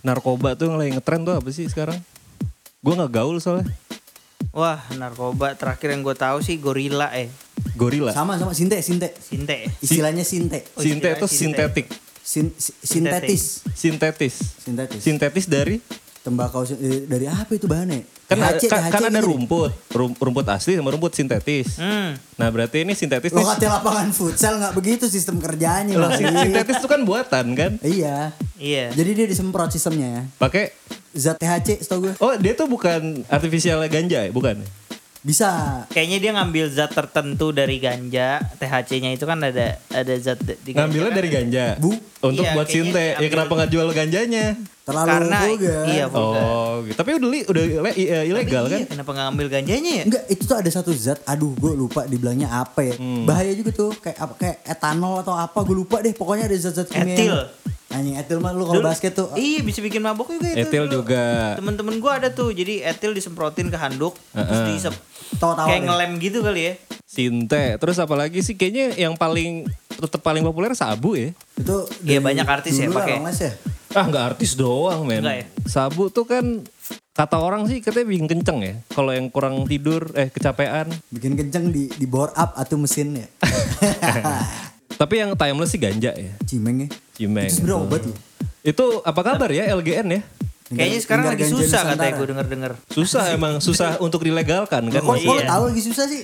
narkoba tuh yang lagi ngetren tuh apa sih sekarang? Gue nggak gaul soalnya. Wah, narkoba terakhir yang gue tahu sih gorila. Gorila. Sama sinte. Istilahnya sinte. Sinte itu sintetik. Sintetis. Sintetis dari Tembakau dari apa itu bahannya? kan THC ada gitu. rumput asli sama rumput sintetis. Nah berarti ini sintetis. Lo kata lapangan futsal nggak begitu sistem kerjanya. Loh, sintetis itu kan buatan kan? Iya. Jadi dia disemprot sistemnya ya. Pakai Zat THC setahu gue. Oh dia tuh bukan artificial ganja ya? Bukan? Bisa. Kayaknya dia ngambil zat tertentu dari ganja. THC-nya itu kan ada zat di ganja. Ngambilnya kan? dari ganja. Untuk Iya, buat sinte. Ya kenapa nggak jual ganjanya? Terlalu Karena vulgar. iya vulgar. Oh, gitu. Tapi udah ilegal kan? Iya, kenapa nggak ngambil ganjanya ya? Enggak, itu tuh ada satu zat. Aduh, gue lupa dibilangnya apa ya. Bahaya juga tuh, kayak etanol atau apa, gue lupa deh. Pokoknya ada zat-zat kimia. Etil. Anjing etil mah lu kalau basket tuh. Iya, bisa bikin mabok juga itu. Etil dulu. juga. Temen-temen gue ada tuh. Jadi etil disemprotin ke handuk, terus diisep. Tahu-tahu Kayak deh. ngelem gitu kali ya. Sinte. Terus apalagi sih kayaknya yang tetap paling populer sabu ya. Itu Iya, dari banyak artis ya dulu lah, pakai. kalau nggak sih ya. Ah nggak artis doang men. Nggak ya? Sabu tuh kan kata orang sih katanya bikin kenceng ya. Kalau yang kurang tidur kecapean. Bikin kenceng di bore up atau mesin ya. Tapi yang timeless sih ganja ya. Cimeng ya. Cimeng. Itu sebenarnya obat loh. Itu apa kabar ya LGN ya? Kayaknya sekarang Lingkar lagi ganja susah Nusantara. katanya gue denger. Susah emang susah untuk dilegalkan kan. Kok Iya. tahu lagi susah sih?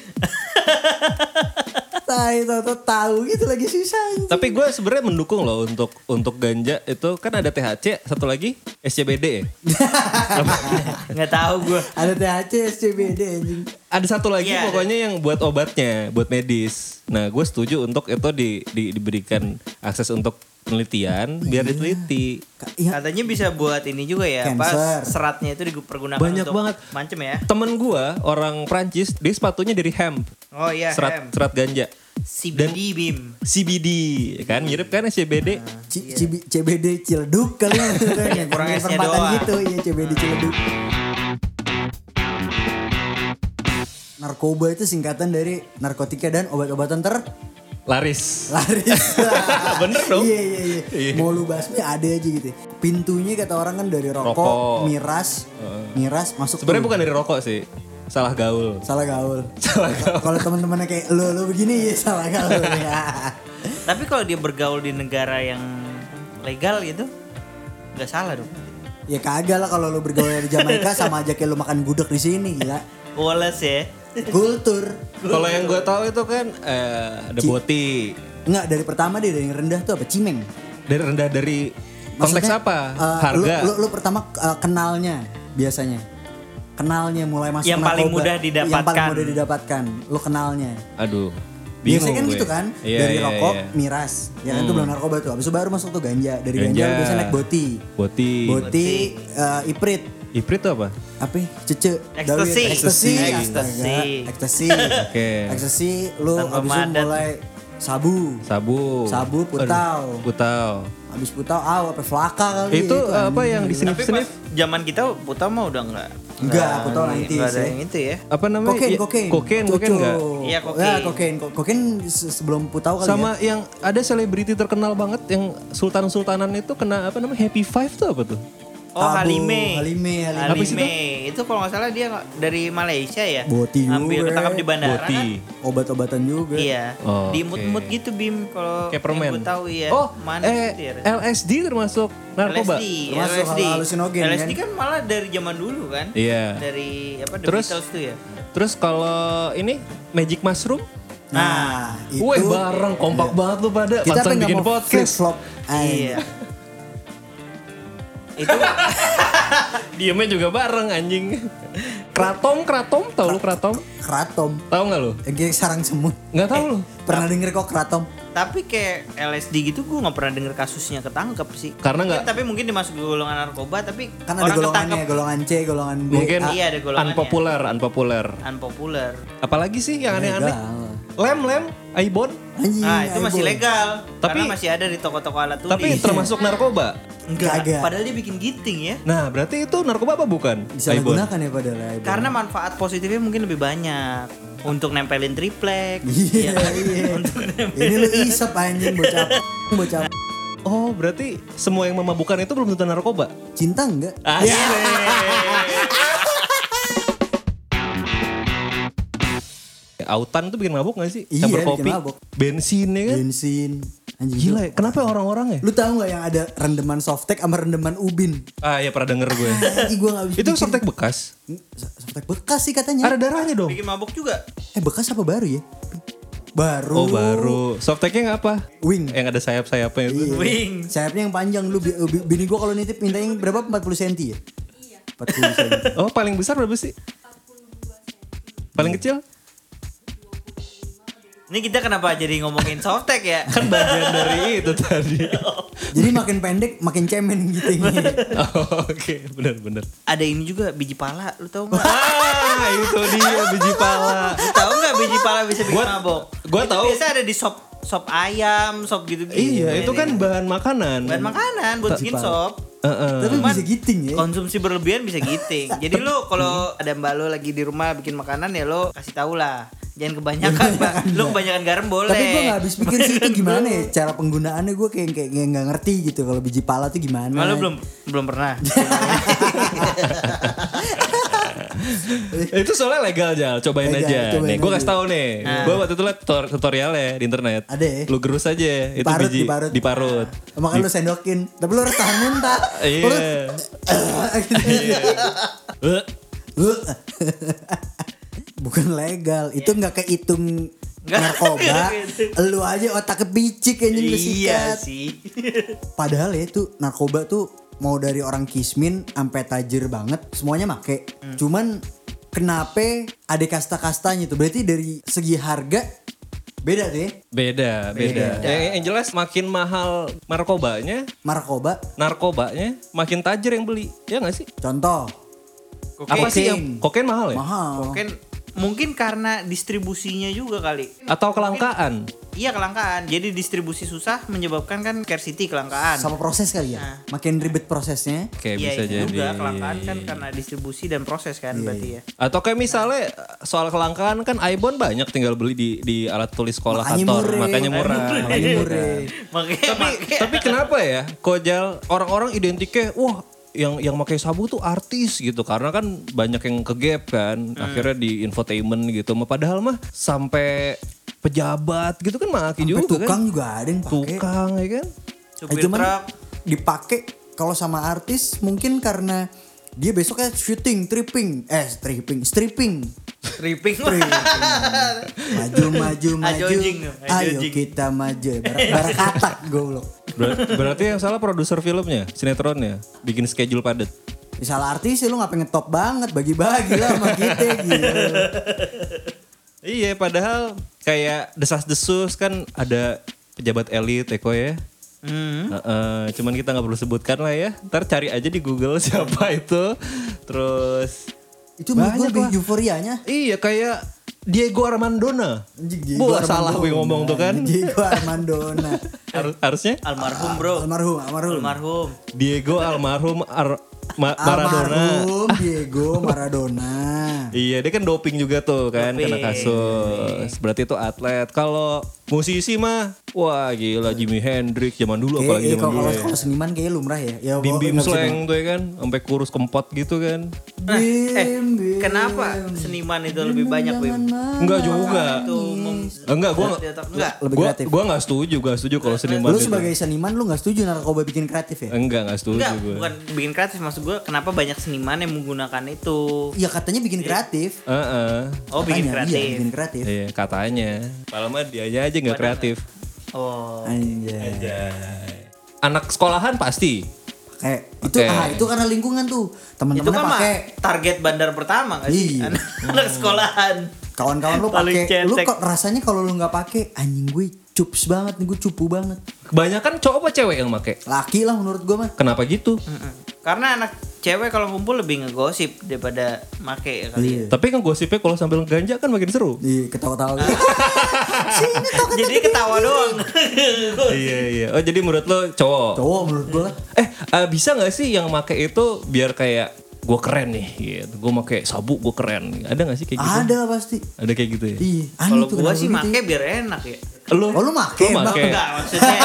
Tahu gitu lagi susah. Tapi gue sebenarnya mendukung loh untuk ganja itu kan ada THC, satu lagi SCBD ya. Nggak tahu gue. Ada THC, SCBD anjing. Ada satu lagi Iya, pokoknya yang buat obatnya, buat medis. Nah gue setuju untuk itu diberikan akses untuk penelitian biar diteliti. Iya. Katanya bisa buat ini juga ya. Cancer. Pas seratnya itu dipergunakan Banyak untuk banget. mancem ya. Temen gue orang Prancis, dia sepatunya dari hemp, Oh iya, hemp. serat ganja. CBD Bim. CBD kan mirip kan SCBD. CBD Ciledug kali ya. kurang Yang S-nya perempatan doang. gitu, iya CBD Ciledug. Narkoba itu singkatan dari narkotika dan obat-obatan Laris. laris. Bener dong. Iya. Mau lu basmi ada aja gitu. Pintunya kata orang kan dari rokok. miras masuk. Sebenarnya tuh. bukan dari rokok sih. Salah gaul. Salah gaul. Kalau teman-temannya kayak lu begini ya salah gaul. Tapi kalau dia bergaul di negara yang legal gitu, nggak salah dong. Ya kagak lah kalau lu bergaul di Jamaika sama aja kayak lu makan gudeg di sini gila. Woles ya. Kultur. Kalau yang gue tahu itu kan ada boti. Enggak, dari pertama dia dari yang rendah tuh apa? Cimeng. Dari rendah dari konteks Maksudnya, apa? Harga. Lu pertama kenalnya biasanya. Kenalnya mulai masuk Yang paling narkoba. mudah Yang paling didapatkan. mudah didapatkan. Lu kenalnya. Aduh. Biasanya kan gue. gitu kan. Iya, dari iya, rokok, iya. miras. Ya kan itu belum narkoba tuh. Habis itu baru masuk tuh ganja. Dari ganja lu biasanya naik boti. Boti. Iprit. Iprit tuh apa? Apa? Cece. Ekstasi. Ekstasi. Ekstasi. Ekstasi. Oke. Ekstasi lu Tanpa habis itu madat. mulai sabu. Sabu, putau. Putau. Habis putau apa flaka kali Itu apa anjing. yang di Tapi pas snif-snif? zaman kita Puta mah udah nggak Puta 90s nggak ada ya. yang itu ya. Apa namanya? Kokain, Ya, kokain. Kokain Cucu. enggak? Iya, kokain. Ya, kokain. Kokain sebelum putau kali Sama yang ada selebriti terkenal banget yang sultan-sultanan itu kena apa namanya? Happy Five tuh apa tuh? Oh, Tabu, Halime. Halime. Apa sih Itu kalau nggak salah dia dari Malaysia ya. Boti Ambil juga. ketangkap di bandara Boti. kan. Obat-obatan juga. Iya. Oh, Diimut-imut oke. gitu Bim kalau Kayak permen. yang gue tahu ya. Oh, Manis gitu ya. LSD termasuk narkoba. Termasuk halusinogen, LSD kan? kan malah dari zaman dulu kan. Iya. Dari apa The Terus? Beatles tuh ya. Terus kalau ini Magic Mushroom, Nah, itu weh bareng kompak banget lu pada kita pantesan kan bikin nggak mau podcast. flip-flop. Iya. Itu Diemnya juga bareng anjing. Kratom, tahu lu kratom? Kratom. Tahu nggak lu? Yang kayak sarang semut. Nggak tahu lu. Pernah denger kok kratom? tapi kayak LSD gitu gue nggak pernah denger kasusnya ketangkep sih. Karena Mungkin, nggak- tapi mungkin dimasuk ke golongan narkoba tapi Kan ada orang golongannya, ketangkep golongan C, golongan B. Mungkin A. Iya, ada golongannya. unpopuler. unpopuler. Apalagi sih yang aneh-aneh? Legal. Lem, Aibon. Anjing, Nah itu masih Aibon. legal. Tapi- karena masih ada di toko-toko alat tulis. Tapi termasuk narkoba. enggak. Kagak. Padahal dia bikin giting ya. Nah, berarti itu narkoba apa bukan? Aibon. Disalahgunakan ya padahal Aibon. Karena manfaat positifnya mungkin lebih banyak untuk nempelin triplek. Iya, kan? iya. Untuk nempelin. Ini lu isep anjing bocah. Oh berarti semua yang memabukkan itu belum tentu narkoba? Cinta enggak? Asik. Autan tuh bikin mabuk gak sih? Iya, Campur bikin kopi. mabuk. Bensin ya kan? Bensin. Anjing. Gila ya, kenapa orang-orang ya? Lu tahu nggak yang ada rendeman softtek sama rendeman ubin? Ah ya pernah denger gue. Anjing gue nggak bisa. Itu softtek bekas? Softtek bekas sih katanya. Ada darahnya dong? Bikin mabuk juga. Bekas apa baru ya? Baru. Oh baru. Softteknya nggak apa? Wing. Yang ada sayap-sayapnya itu. Iya. Wing. Sayapnya yang panjang. Lu bini gue kalau nitip minta yang berapa? 40 cm ya? Iya. 40 cm. Oh paling besar berapa sih? Paling kecil? Ini kita kenapa jadi ngomongin softtek ya? Kan bagian dari itu tadi. Jadi makin pendek makin cemen gitu. Oh, Oke, benar-benar. Ada ini juga biji pala, lu tahu nggak? Ah, itu dia biji pala. Lu tahu nggak biji pala bisa bikin Gua- mabok? gua Itu tahu. biasa ada di sop ayam, sop gitu-gitu. Iya, itu kan bahan makanan. bahan makanan buat bikin sop. Tapi Cuman bisa giting ya. Konsumsi berlebihan bisa giting. Jadi lu kalau ada mbak lu lagi di rumah bikin makanan ya lu kasih tahu lah. Jangan kebanyakan, Mbak. Lu kebanyakan garam boleh. Tapi gue gak habis pikir sih itu gimana ya. Cara penggunaannya gue kayak gak ngerti gitu. Kalau biji pala tuh gimana. Malu belum pernah. Itu soalnya legal Jal, cobain Legal, aja. cobain Nih, gue aja. kasih tahu nih. Gue waktu itu liat tutorialnya di internet. Ada ya? Lu gerus aja, itu Diparut, biji diparut. diparut. Makanya lu sendokin. Tapi lu harus tahan muntah. Iya. Bukan legal. Itu gak kehitung Nggak. narkoba. Lu aja otak kebicik kayaknya Iya kesikat. sih. Padahal ya itu narkoba tuh mau dari orang kismin sampai tajir banget semuanya make. Cuman kenapa ada kasta-kastanya tuh? Berarti dari segi harga beda tuh ya. Beda. Yang jelas makin mahal narkobanya makin tajir yang beli. Ya gak sih? Contoh, Apa sih yang kokain mahal ya? mahal. Mungkin karena distribusinya juga kali. Atau kelangkaan? Iya kelangkaan. Jadi distribusi susah menyebabkan kan scarcity kelangkaan. Sama proses kali ya. Nah. Makin ribet prosesnya. Kayak Iya bisa itu jadi. juga kelangkaan kan karena distribusi dan proses kan berarti ya. Atau kayak misalnya soal kelangkaan kan iPhone banyak tinggal beli di alat tulis sekolah Makanya kantor. murah. Makanya murah. Makanya murah. Makanya Tapi kenapa ya Kojal orang-orang identiknya wah yang pakai sabu tuh artis gitu karena kan banyak yang kegap kan akhirnya di infotainment gitu padahal mah sampai pejabat gitu kan maki Sampai juga tukang kan juga ada yang pakai. tukang ya kan supir Cuman truk. dipakai kalau sama artis mungkin karena dia besoknya stripping. Stripping. Maju. Ajojing. Ayo kita maju. Barak katak goblok. berarti yang salah produser filmnya sinetronnya bikin schedule padat. Misalnya artis lu ngapain ngetop banget bagi-bagi lah sama kita gitu. Iya padahal kayak desas-desus kan ada pejabat elit Eko ya. Cuman kita nggak perlu sebutkan lah ya. Ntar cari aja di Google siapa itu. Terus Itu menurut gue banyak lebih lah. euforianya. Iya kayak Diego Armandona. Diego Wah salah gue Armandona. ngomong tuh kan. Diego Armandona. Harusnya Almarhum bro. Almarhum. Diego almarhum Maradona. Almarhum Diego Maradona. Iya dia kan doping juga tuh kan Doping. kena kasus. Berarti itu atlet. Kalau musisi mah wah gila Jimi Hendrix zaman dulu apalagi zaman dulu ya. Kalau seniman kayak lumrah ya. Ya Bim Bim nggak bisa Slang tuh ya kan sampai kurus kempot gitu kan. Bim, Bim. Kenapa seniman itu lebih banyak Bim? Enggak juga. Enggak Enggak. Lebih kreatif. Gua enggak setuju kalau seniman Lu itu. sebagai seniman lu gak setuju narkoba bikin kreatif ya? Enggak setuju Enggak, gue. bukan bikin kreatif maksud gue kenapa banyak seniman yang menggunakan itu. Iya katanya bikin kreatif. Oh, bikin Katanya, kreatif. Iya bikin kreatif. Iya katanya. Padahal mah dia aja nggak kreatif. Oh. Anjay. Anak sekolahan pasti. Kayak itu Oke. itu karena lingkungan tuh. Itu Teman-teman kan mah pakai target bandar pertama gak sih? Iya. Anak sekolahan. kawan-kawan lu Paling pakai. Lu cetek. kok rasanya kalau lu nggak pakai anjing gue cups banget nih, gue cupu banget. Kebanyakan cowok apa cewek yang make? Laki lah menurut gue mah. Kenapa gitu? Karena anak cewek kalau kumpul lebih ngegosip daripada make ya kali. Iya. Tapi kan gosipnya kalau sambil ganja kan makin seru. Iya ketawa-tawa. Jadi ketawa doang. Iya. Oh jadi menurut lo cowok? Cowok menurut gue lah. Bisa nggak sih yang make itu biar kayak gue keren nih, gitu. Gue make sabu gue keren. Ada nggak sih kayak gitu? Ada pasti. Ada kayak gitu ya? Iya. Kalau tuh gua kenapa sih begitu make ya? biar enak ya. Lu make, lu Bang. make. Enggak, maksudnya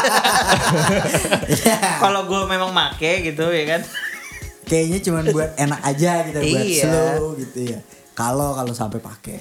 Iya. kalau gue memang make gitu ya kan. Kayaknya cuma buat enak aja gitu, buat Iya. slow gitu ya. Kalau sampai pakai.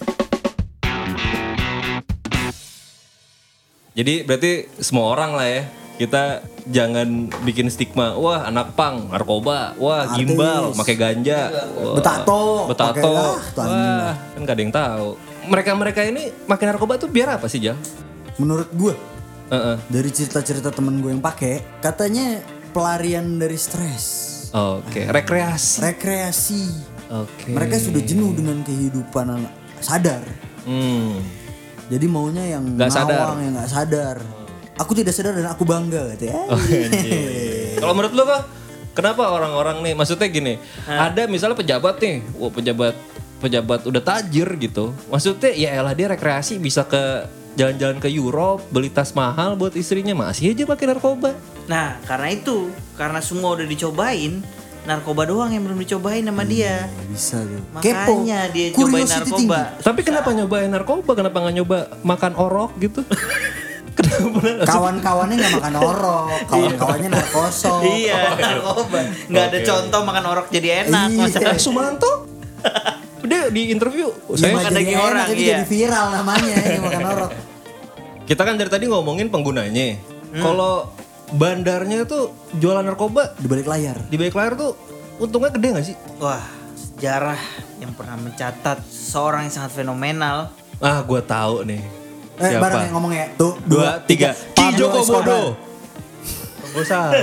Jadi berarti semua orang lah ya. Kita jangan bikin stigma, wah anak pang, narkoba, wah Artis. gimbal, pakai ganja, wah, Betato, betato, pakai lah, tuh anjing wah, lah. kan gak ada yang tahu. Mereka ini makin narkoba tuh biar apa sih, Jal? Menurut gue, Heeh. dari cerita-cerita temen gue yang pakai, katanya pelarian dari stres, Oke, rekreasi. rekreasi. Oke. Mereka sudah jenuh dengan kehidupan sadar. Hmm. Jadi maunya yang Nggak sadar. ngawang, yang nggak sadar. Aku tidak sadar dan aku bangga gitu ya. Oh, anjir. Kalau menurut lo kok kenapa orang-orang nih, maksudnya gini, ada misalnya pejabat nih, wah pejabat udah tajir gitu. Maksudnya ya elah dia rekreasi bisa ke jalan-jalan ke Europe, beli tas mahal buat istrinya, masih aja pakai narkoba. Nah, karena semua udah dicobain, narkoba doang yang belum dicobain sama dia. Bisa tuh. Makanya dia cobain Curiosity narkoba. Tapi kenapa nyobain narkoba? Kenapa nggak nyoba makan orok gitu? Kenapa? tinggi. Kawan-kawannya nggak makan orok, kawan-kawannya narkoso. Iya, narkoba. Nggak ada Oke. contoh makan orok jadi enak. Iya. Masa Sumanto? Dia di interview, Iya, saya makan jadi daging enak, orang, tapi iya. jadi viral namanya ini makan orok. kita kan dari tadi ngomongin penggunanya. Kalau bandarnya tuh jualan narkoba Di balik layar. di balik layar tuh untungnya gede gak sih? Wah, sejarah yang pernah mencatat seorang yang sangat fenomenal. Ah, gue tahu nih. Bareng yang ngomong ya. Tuh, 2, 3. Ki Pablo Joko Escobar. Bodo. Gue salah.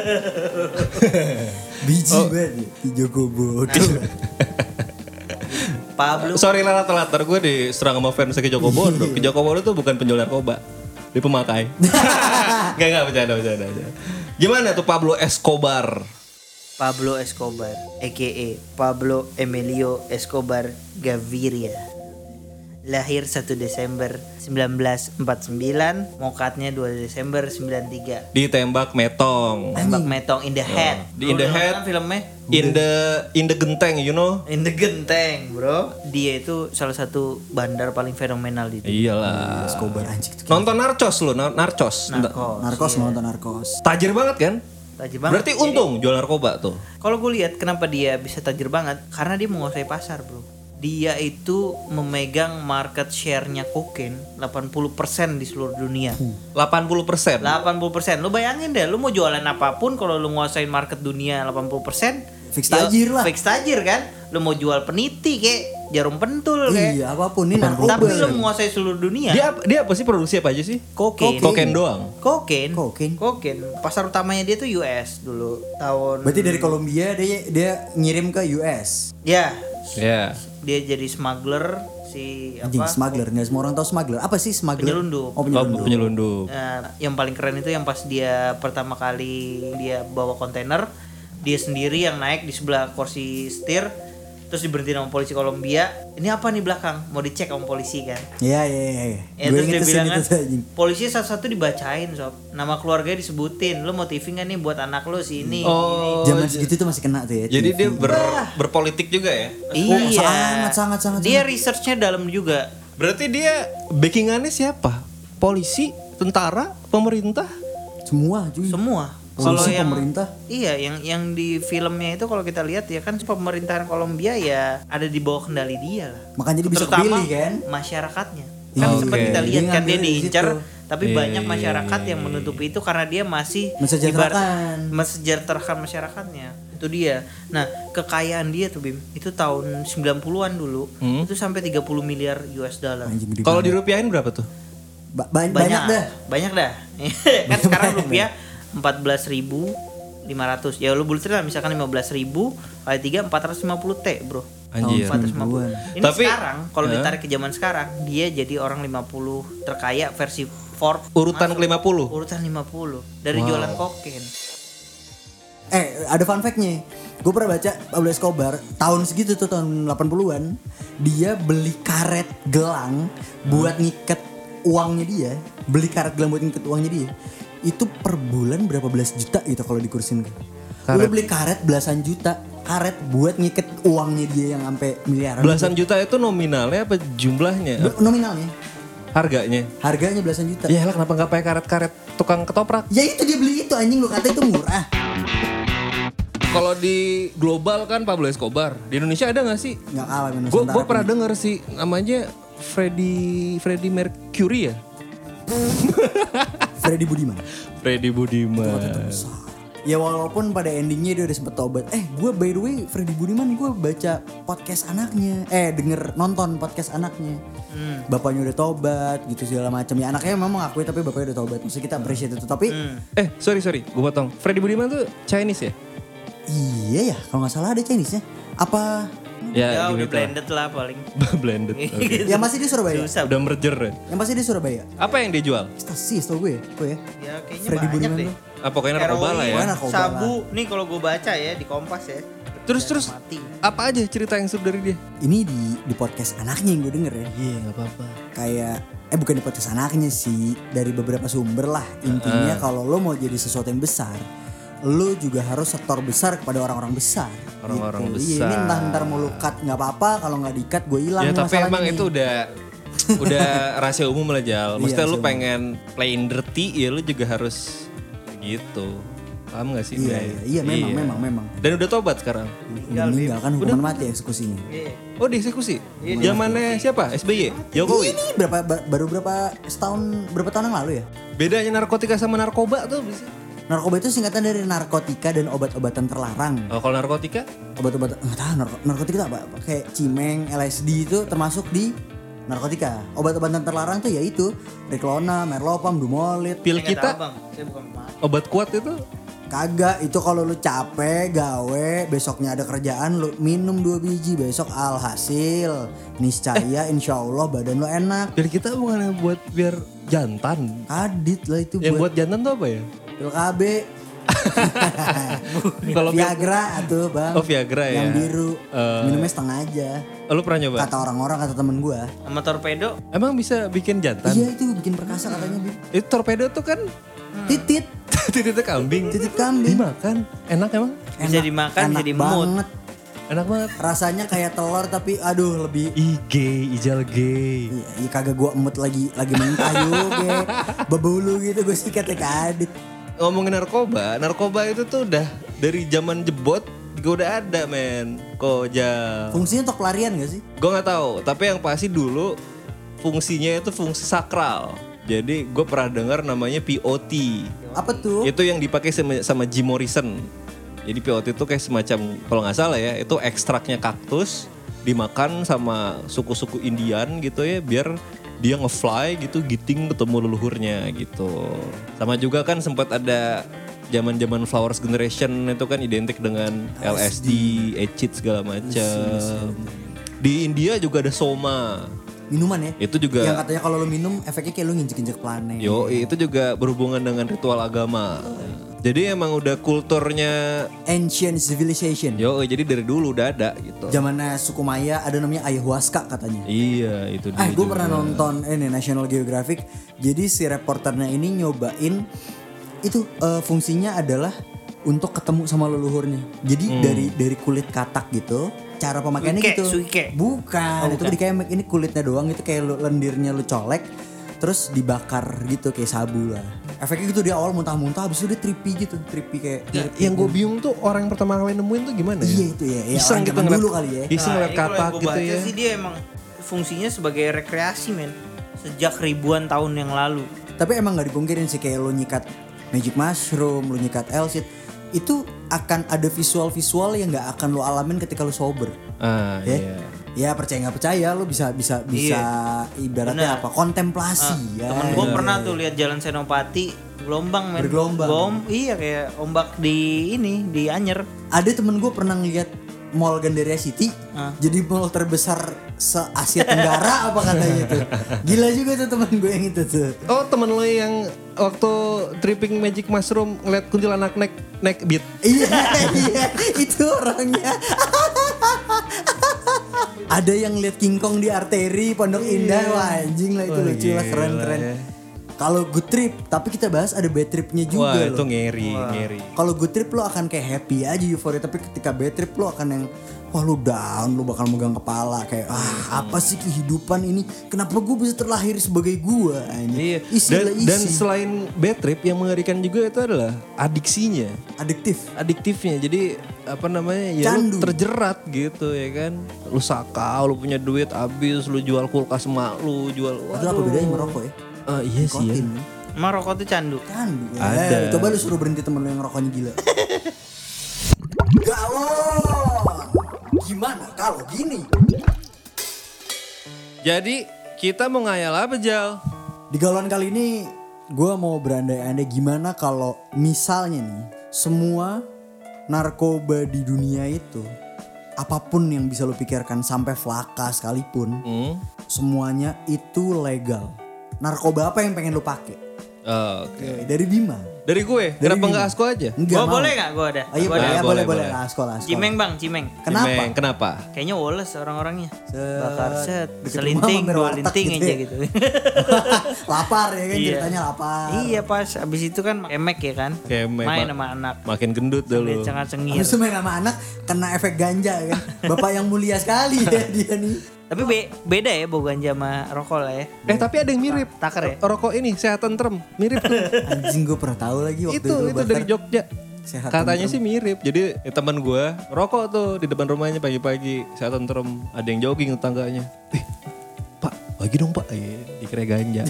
Biji banget ya, Ki Joko Bodo. Pablo Sorry lah telat, gue diserang sama fans Ki Joko Bodo. Ki Joko Bodo tuh bukan penjual narkoba. Dia pemakai. Enggak bercanda. Gimana tuh Pablo Escobar? Pablo Escobar, a.k.a. Pablo Emilio Escobar Gaviria. Lahir 1 Desember 1949, mokatnya 2 Desember 93. Ditembak metong. Tembak metong in the head. Di In the Lu Head. nonton filmnya? In the genteng, you know? In the Genteng, bro. Dia itu salah satu bandar paling fenomenal di dunia. Iyalah. Escobar anjing tuh. Nonton Narcos lu, Narcos. Narkos nonton narkos. Tajir banget kan? Tajir banget. Berarti untung jual narkoba tuh. Kalau gue lihat kenapa dia bisa tajir banget, karena dia menguasai pasar, bro. Dia itu memegang market share-nya kokain 80% di seluruh dunia. 80%. 80%. Lu bayangin deh, lu mau jualan apapun kalau lu nguasain market dunia 80%, Fix tajir lah. Fix tajir kan? Lu mau jual peniti kek, jarum pentul kayak. Iya, apapun ini narkoba. Tapi lu menguasai seluruh dunia. Dia apa sih, produksi apa aja sih? Kokain. Kokain doang. Kokain. Kokain. Kokain. Pasar utamanya dia tuh US dulu tahun. Berarti dari Kolombia dia ngirim ke US. Ya, Ya. dia jadi smuggler si Anjing apa? smuggler, nggak semua orang tahu smuggler. Apa sih smuggler? Penyelundup. Oh, penyelundup. Penyelundup. Nah, yang paling keren itu yang pas dia pertama kali dia bawa kontainer, dia sendiri yang naik di sebelah kursi setir, terus diberhentiin sama polisi Kolombia. Ini apa nih belakang? Mau dicek sama polisi kan? Iya. Ya, Gue terus dia inget bilang kan, itu tuh, anjing. polisi satu-satu dibacain sob, nama keluarganya disebutin. Lu mau TV nggak nih buat anak lu si ini? Oh, Zaman segitu tuh masih kena tuh ya. jadi TV. dia berpolitik juga ya? Iya. sangat. Dia researchnya dalam juga. Berarti dia backingannya siapa? Polisi, tentara, pemerintah? Semua cuy. Semua. Polisi, pemerintah. Iya, yang di filmnya itu kalau kita lihat ya kan pemerintahan Kolombia ya ada di bawah kendali dia lah. Makanya dia bisa Terutama kepilih kan. masyarakatnya. Iya, Kan sempat oke. kita lihat Dia kan dia ngambil di diincar, situ. tapi Iya, banyak iya, masyarakat iya, yang menutupi itu karena dia masih Mensejahterakan. mensejahterakan masyarakatnya. Itu dia. Nah, kekayaan dia tuh Bim, itu tahun 90-an dulu, itu sampai 30 miliar US dollar. Anjing gede Kalau banget. dirupiahin berapa tuh? Banyak dah. Banyak dah. Kan sekarang rupiah 14.500. Ya lu bulat lah misalkan 15.000 kali 3 450 T, Bro. Anjir. 450. Ini Tapi- sekarang kalau ditarik ke zaman sekarang, dia jadi orang 50 terkaya versi Forbes. Urutan Masuk. ke-50. Urutan 50 dari Wow. jualan kokain. Ada fun fact-nya. Gue pernah baca Pablo Escobar tahun segitu tuh tahun 80-an dia beli karet gelang buat ngiket uangnya dia, beli karet gelang buat ngiket uangnya dia. Itu per bulan berapa belas juta gitu kalau dikursin kan. Lu beli karet belasan juta, karet buat ngiket uangnya dia yang sampai miliaran. Belasan juta itu nominalnya apa jumlahnya? Nominalnya. Harganya belasan juta. Ya lah kenapa nggak pakai karet-karet tukang ketoprak? Ya itu dia beli itu anjing, lu kata itu murah. Kalau di global kan Pablo Escobar. Di Indonesia ada nggak sih? Nggak kalah dengan Gue Nusantara. pernah denger sih namanya Freddie Mercury ya. Freddy Budiman. Freddie Budiman. Ya walaupun pada endingnya dia udah sempet tobat. Gue by the way Freddy Budiman gue baca podcast anaknya. Nonton podcast anaknya. Bapaknya udah tobat gitu segala macam. Ya anaknya memang ngakui tapi bapaknya udah tobat. Maksudnya kita appreciate itu. Tapi Sorry, gue potong. Freddie Budiman tuh Chinese ya? iya ya kalau nggak salah ada Chinese-nya. Apa? Ya udah gitu blended lah paling. Blended. Okay. Yang masih di Surabaya. Susah. Udah merger ya? Yang pasti di Surabaya. Apa yang dia jual? Ekstasi tau gue ya. Ya kayaknya Freddy banyak Budiman deh. tuh. Pokoknya narkoba lah ya. Pokoknya narkoba Sabu nih kalau gue baca ya di Kompas ya. Terus Mati. apa aja cerita yang seru dari dia? Ini di podcast anaknya yang gue denger ya. Iya nggak apa-apa. Kayak bukan di podcast anaknya sih, dari beberapa sumber lah. Intinya kalau lo mau jadi sesuatu yang besar, lo juga harus setor besar kepada orang-orang besar. Orang-orang gitu. besar. Iya, ini ntar mau lo cut nggak apa-apa, kalau nggak di-cut gue hilang. Ya tapi masalahnya emang nih. itu udah rahasia umum lah Jal. Maksudnya Iya, lu rahasia pengen playing dirty ya lu juga harus gitu. Paham gak sih? Iya, memang. Dan udah tobat sekarang. Udah meninggal kan hukuman mati eksekusinya. Iya. Oh dieksekusi? Zamannya siapa? SBY? Jokowi? Ini baru berapa tahun yang lalu ya? Bedanya narkotika sama narkoba tuh bisa. Narkoba itu singkatan dari narkotika dan obat-obatan terlarang. Oh, kalau narkotika? Obat-obatan nggak tahu narkotika itu apa? Kayak cimeng, LSD itu termasuk di narkotika. Obat-obatan terlarang tuh yaitu Riklona, Merlopam, Dumolit. Pil Saya nggak kita? tahu, Bang. Saya bukan pemakai. Obat kuat itu? Kagak, itu kalau lu capek, gawe, besoknya ada kerjaan, lu minum 2 biji, besok alhasil niscaya insya Allah badan lu enak. Pil kita bukan buat biar jantan. Adit lah itu Yang buat jantan tuh apa ya? pil KB. Kalau Viagra tuh bang. Oh, Viagra ya. Yang biru, minumnya setengah aja. lu pernah nyoba? Kata orang-orang, kata temen gua. Sama torpedo. Emang bisa bikin jantan? Iya itu bikin perkasa katanya. Bi. Itu torpedo tuh kan Titit. titik kambing. Titit kambing. Dimakan. Enak emang? Bisa dimakan, bisa enak dimut. banget. Enak banget. Rasanya kayak telur tapi aduh lebih. Ijal gay. Iya kagak gua emut lagi mentah juga. Bebulu gitu gue sikat ya ke Adit. Ngomongin narkoba itu tuh udah dari zaman jebot juga udah ada men. Kojal. Fungsinya untuk pelarian gak sih? Gue nggak tahu, tapi yang pasti dulu fungsinya itu fungsi sakral. Jadi gue pernah dengar namanya POT. Apa tuh? Itu yang dipakai sama Jim Morrison. Jadi POT itu kayak semacam, kalau nggak salah ya, itu ekstraknya kaktus dimakan sama suku-suku Indian gitu ya, biar dia nge-fly gitu, giting ketemu leluhurnya gitu. Sama juga kan sempat ada zaman-zaman Flowers Generation itu kan identik dengan LSD, acid segala macam. Di India juga ada soma. Minuman ya? Itu juga. Yang katanya kalau lu minum efeknya kayak lu nginjek-injek planet. Yo, itu juga berhubungan dengan ritual agama. Jadi emang udah kulturnya. Ancient civilization. Yo, jadi dari dulu udah ada gitu. Zamannya suku Maya ada namanya ayahuasca katanya. Iya, itu dia. Gue pernah nonton ini National Geographic. Jadi si reporternya ini nyobain itu fungsinya adalah untuk ketemu sama leluhurnya. Jadi dari kulit katak gitu. Cara pemakaiannya Suike, gitu. suike. Bukan, itu di kayak ini kulitnya doang itu kayak lendirnya lu colek terus dibakar gitu kayak sabu lah. Efeknya gitu dia awal muntah-muntah habis itu dia trippy gitu, trippy kayak. Yang gue bingung tuh orang yang pertama kali nemuin tuh gimana ya? Iya itu ya. Iseng orang gitu zaman ngeliat dulu kali ya. Iseng ngeliat kalau katak yang gua gitu baca ya. sih dia emang fungsinya sebagai rekreasi men. Sejak ribuan tahun yang lalu. Tapi emang nggak dipungkirin sih kayak lo nyikat magic mushroom, lo nyikat L-seed itu akan ada visual-visual yang nggak akan lo alamin ketika lo sober. Iya. Ya percaya nggak percaya lo bisa ibaratnya Bener. apa kontemplasi ya. Temen gue pernah tuh lihat Jalan Senopati gelombang men. Bergelombang. Iya kayak ombak di Anyer. Ada temen gue pernah ngeliat Mall Gandaria City jadi mall terbesar se Asia Tenggara apa katanya tuh. Gila juga tuh temen gue yang itu tuh. Oh, temen lo yang waktu tripping magic mushroom ngeliat kuntilanak naik beat. Iya itu orangnya. Ada yang lihat King Kong di arteri Pondok Indah, wah anjing lah itu lucu lah keren. Kalau good trip, tapi kita bahas ada bad tripnya juga Wah loh. itu ngeri. Kalau good trip lo akan kayak happy aja euforia, tapi ketika bad trip lo akan yang wah lo down, lo bakal megang kepala kayak apa sih kehidupan ini? Kenapa gue bisa terlahir sebagai gue? Iya. Dan selain bad trip yang mengerikan juga itu adalah adiksinya, adiktifnya. Jadi apa namanya ya Candu. lu terjerat gitu ya kan. Lu sakau, lu punya duit habis, lu jual kulkas emak lu, jual. Itu apa bedanya merokok ya? Iya sih ya. Nikotin. Emang rokok tuh candu. Candu. Ada. Coba lu suruh berhenti temen lu yang rokoknya gila. Galon. Gimana kalau gini? Jadi kita mau ngayal apa Jal? Di galon kali ini gue mau berandai-andai gimana kalau misalnya nih semua narkoba di dunia itu, apapun yang bisa lo pikirkan sampai flaka sekalipun, semuanya itu legal. Narkoba apa yang pengen lo pakai? Oke. Dari Bima. Dari gue, kenapa nggak Asko aja? Enggak mau. Boleh gak gue ada? Ayo Gua ada. boleh. Sekolah. Cimeng bang, cimeng. Kenapa? Kenapa? Kayaknya woles orang-orangnya. Bakar set, Deket selinting, rumah mampir 2 warteg linting gitu aja ya. gitu. Lapar ya kan, Iya. ceritanya lapar. Iya pas, abis itu kan kemek ya kan. Kemek, Main Pak. sama anak. Makin gendut dah lu. Cengar-cengir. Habis itu main sama anak kena efek ganja kan. Bapak yang mulia sekali ya dia nih. Tapi beda ya bau ganja sama rokok lah ya. Tapi ada yang mirip. Taker ya? Rokok ini sehat tentrem, mirip tuh. Anjing gue pernah tahu lagi waktu itu. itu dari Jogja. Sehat Katanya tentrem. sih mirip. Jadi teman gue rokok tuh di depan rumahnya pagi-pagi sehat tentrem. Ada yang jogging tetangganya. Pak, bagi dong Pak. Dikira ganja.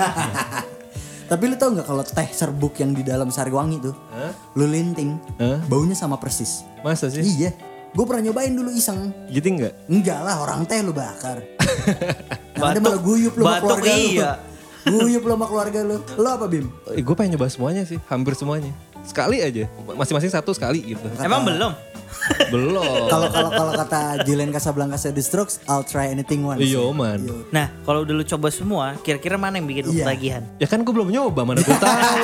Tapi lu tau gak kalau teh serbuk yang di dalam Sariwangi tuh, lu linting, baunya sama persis. Masa sih? Iya, gue pernah nyobain dulu iseng. Gitu enggak? Enggak lah, orang teh lu bakar. Ada malah guyup lu sama batuk keluarga iya. lu. Guyup lu sama keluarga lu. Lu apa Bim? Gue pengen nyoba semuanya sih, hampir semuanya. Sekali aja, masing-masing satu sekali gitu. Emang belum? Belum. Kalau kata Julian Casablancas The Strokes, I'll try anything once. Iya man. Nah kalau udah lu coba semua, kira-kira mana yang bikin lu Iya. ketagihan? Ya kan gue belum nyoba, mana gue tahu.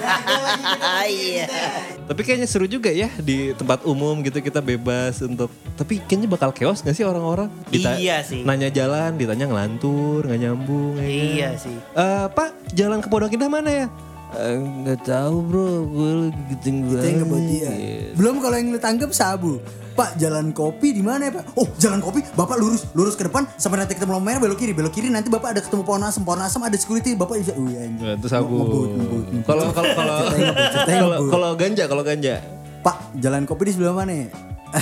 Iya. Tapi kayaknya seru juga ya di tempat umum gitu kita bebas untuk. Tapi kayaknya bakal chaos gak sih orang-orang? Iya sih. Nanya jalan, ditanya ngelantur, nggak nyambung. Ya kan? Iya sih. Pak, jalan ke Pondok Indah mana ya? Nggak tahu bro, gue lagi giting Itu yang ngebut dia. Belum kalau yang lu tanggap sabu. Pak, jalan kopi di mana ya Pak? Oh, jalan kopi, Bapak lurus ke depan sampai nanti ketemu lampu merah, belok kiri nanti Bapak ada ketemu pohon asem ada security, Bapak bisa. Ya, itu sabu. Ngebut. Kalau kalau ganja. Pak, jalan kopi di sebelah mana ya?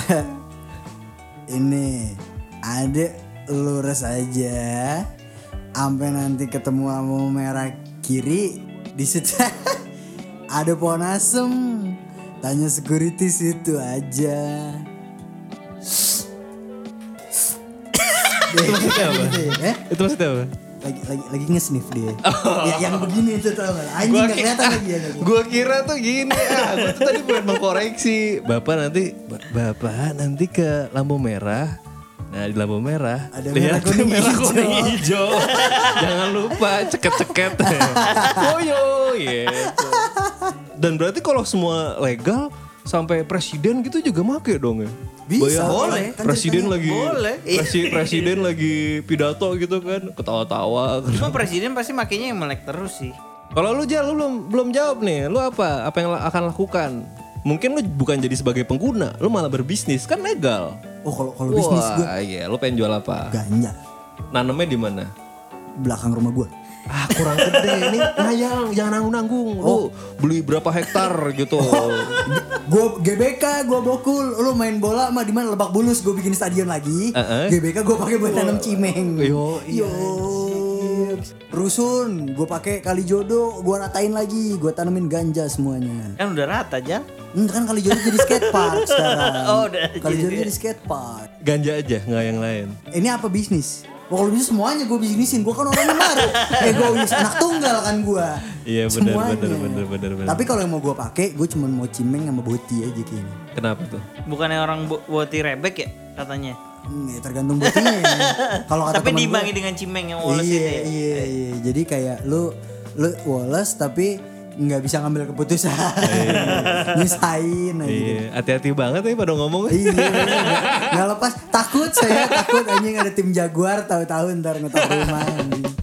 Ini ada lurus aja sampai nanti ketemu lampu merah kiri di situ ada pohon asem, tanya security situ aja. Itu maksudnya apa? Eh? Itu maksudnya apa? Lagi nge-sniff dia. Yang begini itu tau gak? Anjing gak kelihatan lagi ya. Gue kira tuh gini gue tuh tadi pengen mengkoreksi. Bapak nanti ke lampu merah. Nah di lampu merah Ada lihat merah kuning hijau. Jangan lupa ceket-ceket. Woyo gitu. Dan berarti kalau semua legal sampai presiden gitu juga make dong ya? Bisa, boleh. Kan Presiden ceritanya lagi boleh. presiden lagi pidato gitu kan, ketawa-tawa. Cuma presiden pasti makainya yang melek terus sih. Kalau lu Jal, lu belum jawab nih. Lu apa yang akan lakukan? Mungkin lu bukan jadi sebagai pengguna, lu malah berbisnis, kan legal. Oh kalau bisnis gue Wah, iya, lu pengen jual apa? ganja Nanemnya di mana? belakang rumah gue. Kurang gede ini. Jangan nanggung-nanggung. Lu beli berapa hektar gitu. Gue GBK, gue bokul. Lu main bola mah di mana Lebak Bulus, gue bikin stadion lagi. GBK gue pakai buat nanam cimeng. Yo, iya. Rusun, gue pakai kali jodoh, gue ratain lagi, gue tanemin ganja semuanya. Kan udah rata aja. Kan kali jodoh jadi skatepark sekarang. Oh, udah Kali jadi. jodoh jadi skatepark. Ganja aja, nggak yang lain. Ini apa bisnis? Kalau bisa semuanya gue bisnisin, gue kan orangnya marah. Egois, anak tunggal kan gue. Iya, benar. Tapi kalau yang mau gue pakai, gue cuma mau cimeng sama boti aja kayaknya. Kenapa tuh? Bukannya orang boti rebek ya katanya. Ya, tergantung botinya. Kalau kata Tapi temen diimbangi gue, dengan cimeng yang woles iya, itu ya. Iya. Jadi kayak lu woles tapi nggak bisa ngambil keputusan. Nyusahin aja. Iya, hati-hati banget ya pada ngomong. Iya, nggak lepas. Takut saya, takut anjing ada tim Jaguar tahu-tahu ntar ngetok rumah. Anjing.